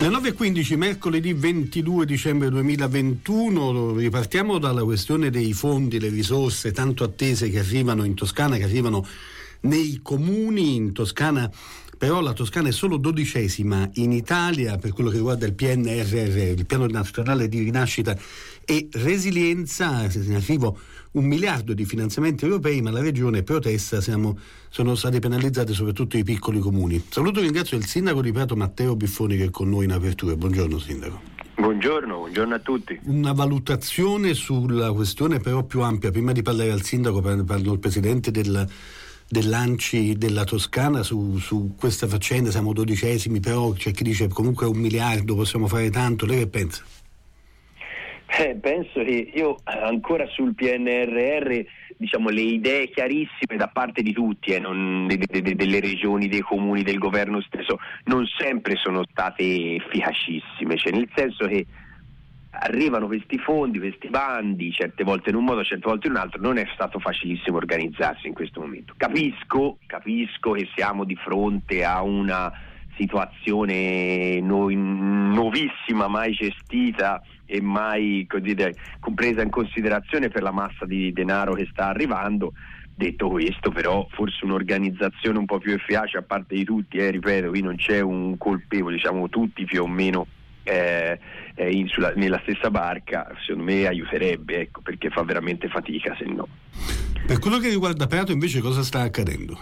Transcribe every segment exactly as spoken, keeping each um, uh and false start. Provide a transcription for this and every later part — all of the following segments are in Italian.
Le nove e quindici, mercoledì ventidue dicembre duemilaventuno, ripartiamo dalla questione dei fondi, le risorse tanto attese che arrivano in Toscana, che arrivano nei comuni. In Toscana però la Toscana è solo dodicesima in Italia per quello che riguarda il P N R R, il Piano Nazionale di Rinascita e Resilienza. In arrivo un miliardo di finanziamenti europei, ma la regione protesta, siamo, sono stati penalizzati soprattutto i piccoli comuni. Saluto e ringrazio il sindaco di Prato Matteo Biffoni, che è con noi in apertura. Buongiorno sindaco. Buongiorno, buongiorno a tutti. Una valutazione sulla questione però più ampia. Prima di parlare al sindaco parlo al presidente del dell'Anci della Toscana su, su questa faccenda. Siamo dodicesimi, però c'è chi dice comunque un miliardo, possiamo fare tanto. Lei che pensa? Eh, penso che io ancora sul P N R R, diciamo, le idee chiarissime da parte di tutti, eh, non, de, de, de, delle regioni, dei comuni, del governo stesso, non sempre sono state efficacissime, cioè nel senso che arrivano questi fondi, questi bandi, certe volte in un modo, certe volte in un altro. Non è stato facilissimo organizzarsi in questo momento. Capisco, capisco che siamo di fronte a una situazione no, nuovissima, mai gestita e mai così, presa in considerazione per la massa di denaro che sta arrivando. Detto questo, però, forse un'organizzazione un po' più efficace a parte di tutti, eh, ripeto, qui non c'è un colpevole, diciamo tutti più o meno Eh, eh, in, sulla, nella stessa barca, secondo me aiuterebbe, ecco, perché fa veramente fatica se no. Per quello che riguarda Prato invece cosa sta accadendo?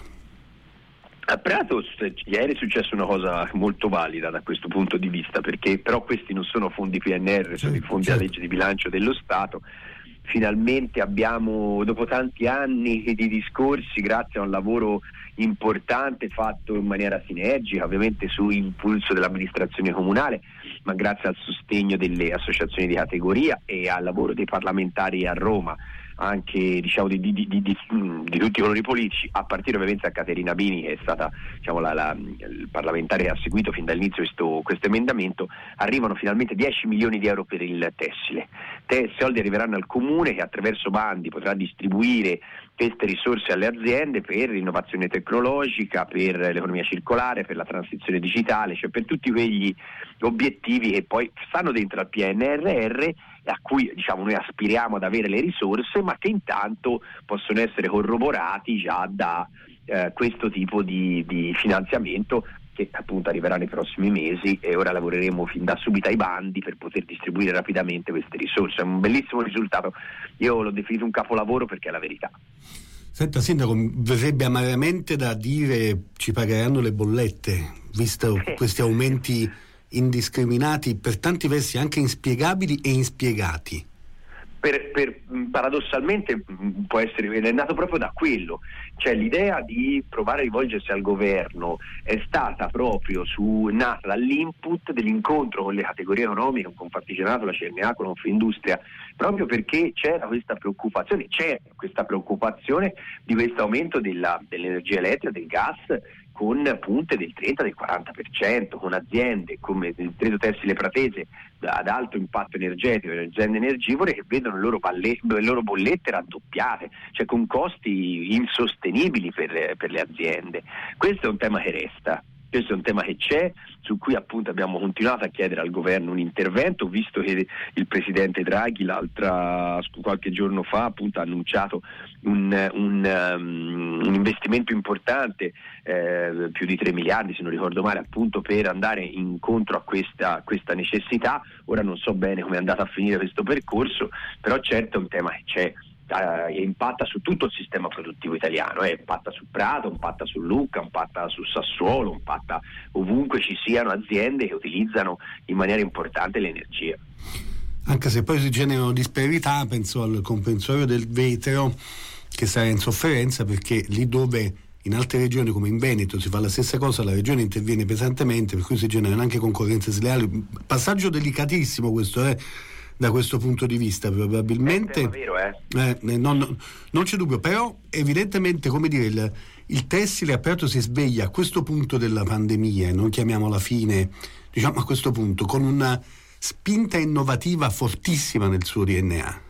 A Prato ieri è successa una cosa molto valida da questo punto di vista, perché però questi non sono fondi P N R R, sono i fondi della legge di bilancio dello Stato. Finalmente abbiamo, dopo tanti anni di discorsi, grazie a un lavoro importante fatto in maniera sinergica, ovviamente su impulso dell'amministrazione comunale, ma grazie al sostegno delle associazioni di categoria e al lavoro dei parlamentari a Roma, anche diciamo di, di, di, di, di tutti i colori politici, a partire ovviamente da Caterina Bini, che è stata, diciamo, la, la, il parlamentare che ha seguito fin dall'inizio questo, questo emendamento. Arrivano finalmente dieci milioni di euro per il tessile. Te, soldi arriveranno al comune, che attraverso bandi potrà distribuire queste risorse alle aziende per l'innovazione tecnologica, per l'economia circolare, per la transizione digitale, cioè per tutti quegli obiettivi che poi stanno dentro al P N R R, a cui, diciamo, noi aspiriamo ad avere le risorse, ma che intanto possono essere corroborati già da eh, questo tipo di, di finanziamento, che appunto arriverà nei prossimi mesi, e ora lavoreremo fin da subito ai bandi per poter distribuire rapidamente queste risorse. È un bellissimo risultato, io l'ho definito un capolavoro perché è la verità. Senta sindaco, verrebbe amaramente da dire ci pagheranno le bollette, visto questi aumenti indiscriminati, per tanti versi anche inspiegabili e inspiegati. Per, per, paradossalmente può essere, è nato proprio da quello, cioè l'idea di provare a rivolgersi al governo è stata proprio su, nata dall'input dell'incontro con le categorie economiche, con Confartigianato, la C N A, con Confindustria, proprio perché c'era questa preoccupazione, c'è questa preoccupazione di questo aumento della, dell'energia elettrica, del gas, con punte del trenta, del quaranta per cento, con aziende come il Treto Tessile Pratese ad alto impatto energetico, le aziende energivore, che vedono le loro, palle, le loro bollette raddoppiate, cioè con costi insostenibili per, per le aziende. Questo è un tema che resta. Questo è un tema che c'è, su cui appunto abbiamo continuato a chiedere al governo un intervento, visto che il presidente Draghi l'altra qualche giorno fa appunto ha annunciato un, un, um, un investimento importante, eh, più di tre miliardi se non ricordo male, appunto per andare incontro a questa, questa necessità. Ora non so bene come è andato a finire questo percorso, però certo è un tema che c'è. Eh, impatta su tutto il sistema produttivo italiano, eh, impatta su Prato, impatta su Lucca, impatta su Sassuolo, impatta ovunque ci siano aziende che utilizzano in maniera importante l'energia. Anche se poi si generano disparità, penso al comprensorio del vetro che sarà in sofferenza, perché lì dove in altre regioni come in Veneto si fa la stessa cosa, la regione interviene pesantemente, per cui si generano anche concorrenze sleali. Passaggio delicatissimo questo, eh da questo punto di vista, probabilmente. È vero, eh? Eh, non, non c'è dubbio, però evidentemente, come dire, il, il tessile a Prato si sveglia a questo punto della pandemia, non chiamiamola fine, diciamo a questo punto, con una spinta innovativa fortissima nel suo D N A.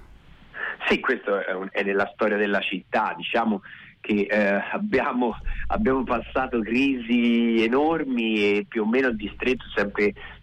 Sì, questo è, un, è nella storia della città, diciamo che eh, abbiamo, abbiamo passato crisi enormi e più o meno il distretto sempre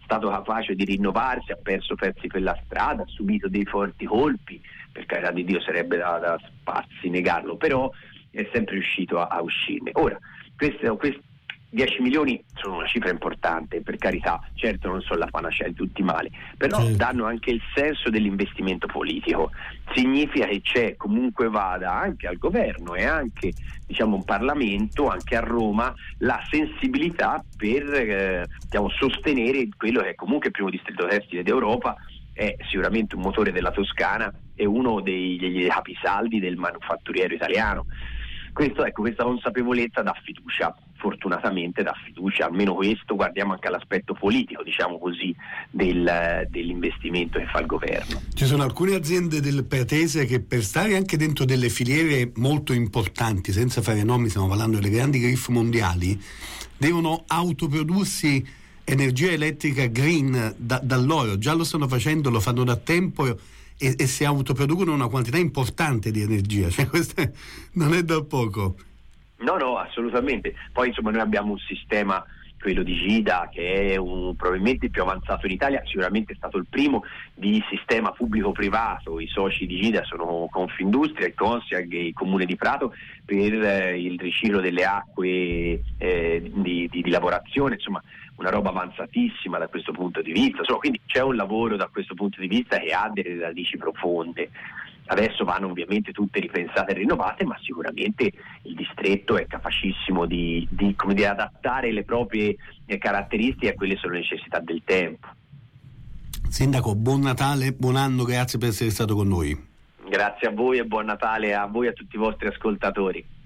stato capace di rinnovarsi, ha perso pezzi per la strada, ha subito dei forti colpi, per carità di Dio sarebbe da, da spazi negarlo, però è sempre riuscito a, a uscirne. Ora, questo, questo dieci milioni sono una cifra importante, per carità, certo non sono la panacea di tutti i mali, però sì, danno anche il senso dell'investimento politico. Significa che c'è, comunque vada, anche al governo e anche, diciamo, un Parlamento, anche a Roma, la sensibilità per eh, diciamo, sostenere quello che è comunque il primo distretto tessile d'Europa, è sicuramente un motore della Toscana e uno dei, degli capisaldi del manufatturiero italiano. Questo, ecco, questa consapevolezza dà fiducia, fortunatamente dà fiducia, almeno questo. Guardiamo anche all'aspetto politico, diciamo così, del, dell'investimento che fa il governo. Ci sono alcune aziende del Paese che, per stare anche dentro delle filiere molto importanti, senza fare nomi, stiamo parlando delle grandi griffe mondiali, devono autoprodursi energia elettrica green da, dall'oro. Già lo stanno facendo, lo fanno da tempo, e, e si autoproducono una quantità importante di energia, cioè questo è, non è da poco. No, no, assolutamente. Poi insomma noi abbiamo un sistema, quello di GIDA, che è un, probabilmente il più avanzato in Italia, sicuramente è stato il primo di sistema pubblico-privato. I soci di GIDA sono Confindustria, il Consiag e il Comune di Prato per eh, il riciclo delle acque eh, di, di, di lavorazione, insomma una roba avanzatissima da questo punto di vista. Insomma, quindi c'è un lavoro da questo punto di vista che ha delle radici profonde. Adesso vanno ovviamente tutte ripensate e rinnovate, ma sicuramente il distretto è capacissimo di, di, come dire, adattare le proprie eh, caratteristiche a quelle che sono le necessità del tempo. Sindaco, buon Natale, buon anno, grazie per essere stato con noi. Grazie a voi e buon Natale a voi e a tutti i vostri ascoltatori.